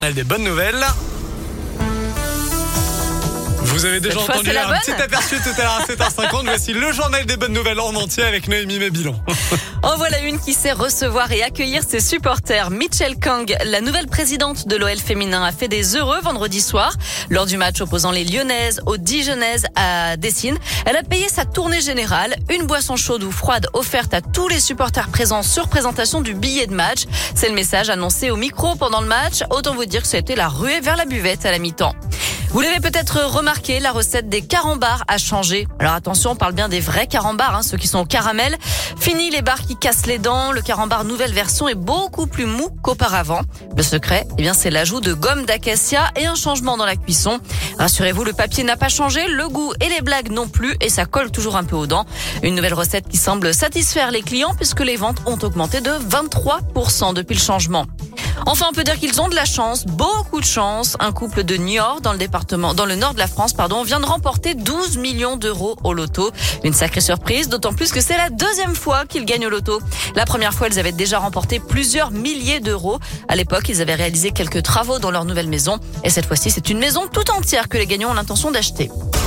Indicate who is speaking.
Speaker 1: Des bonnes nouvelles. Vous avez déjà entendu un petit aperçu tout à l'heure à 7h50. Voici le journal des bonnes nouvelles en entier avec Noémie Mébilon.
Speaker 2: En voilà une qui sait recevoir et accueillir ses supporters. Michelle Kang, la nouvelle présidente de l'OL féminin, a fait des heureux vendredi soir. Lors du match opposant les Lyonnaises aux Dijonnaises à Dessines, elle a payé sa tournée générale. Une boisson chaude ou froide offerte à tous les supporters présents sur présentation du billet de match. C'est le message annoncé au micro pendant le match. Autant vous dire que ça a été la ruée vers la buvette à la mi-temps. Vous l'avez peut-être remarqué, la recette des carambars a changé. Alors attention, on parle bien des vrais carambars, ceux qui sont au caramel. Fini les bars qui cassent les dents. Le carambar nouvelle version est beaucoup plus mou qu'auparavant. Le secret, c'est l'ajout de gomme d'acacia et un changement dans la cuisson. Rassurez-vous, le papier n'a pas changé, le goût et les blagues non plus, et ça colle toujours un peu aux dents. Une nouvelle recette qui semble satisfaire les clients puisque les ventes ont augmenté de 23% depuis le changement. Enfin, on peut dire qu'ils ont de la chance, beaucoup de chance. Un couple de Niort, dans le nord de la France, vient de remporter 12 millions d'euros au loto. Une sacrée surprise, d'autant plus que c'est la deuxième fois qu'ils gagnent au loto. La première fois, ils avaient déjà remporté plusieurs milliers d'euros. À l'époque, ils avaient réalisé quelques travaux dans leur nouvelle maison. Et cette fois-ci, c'est une maison tout entière que les gagnants ont l'intention d'acheter.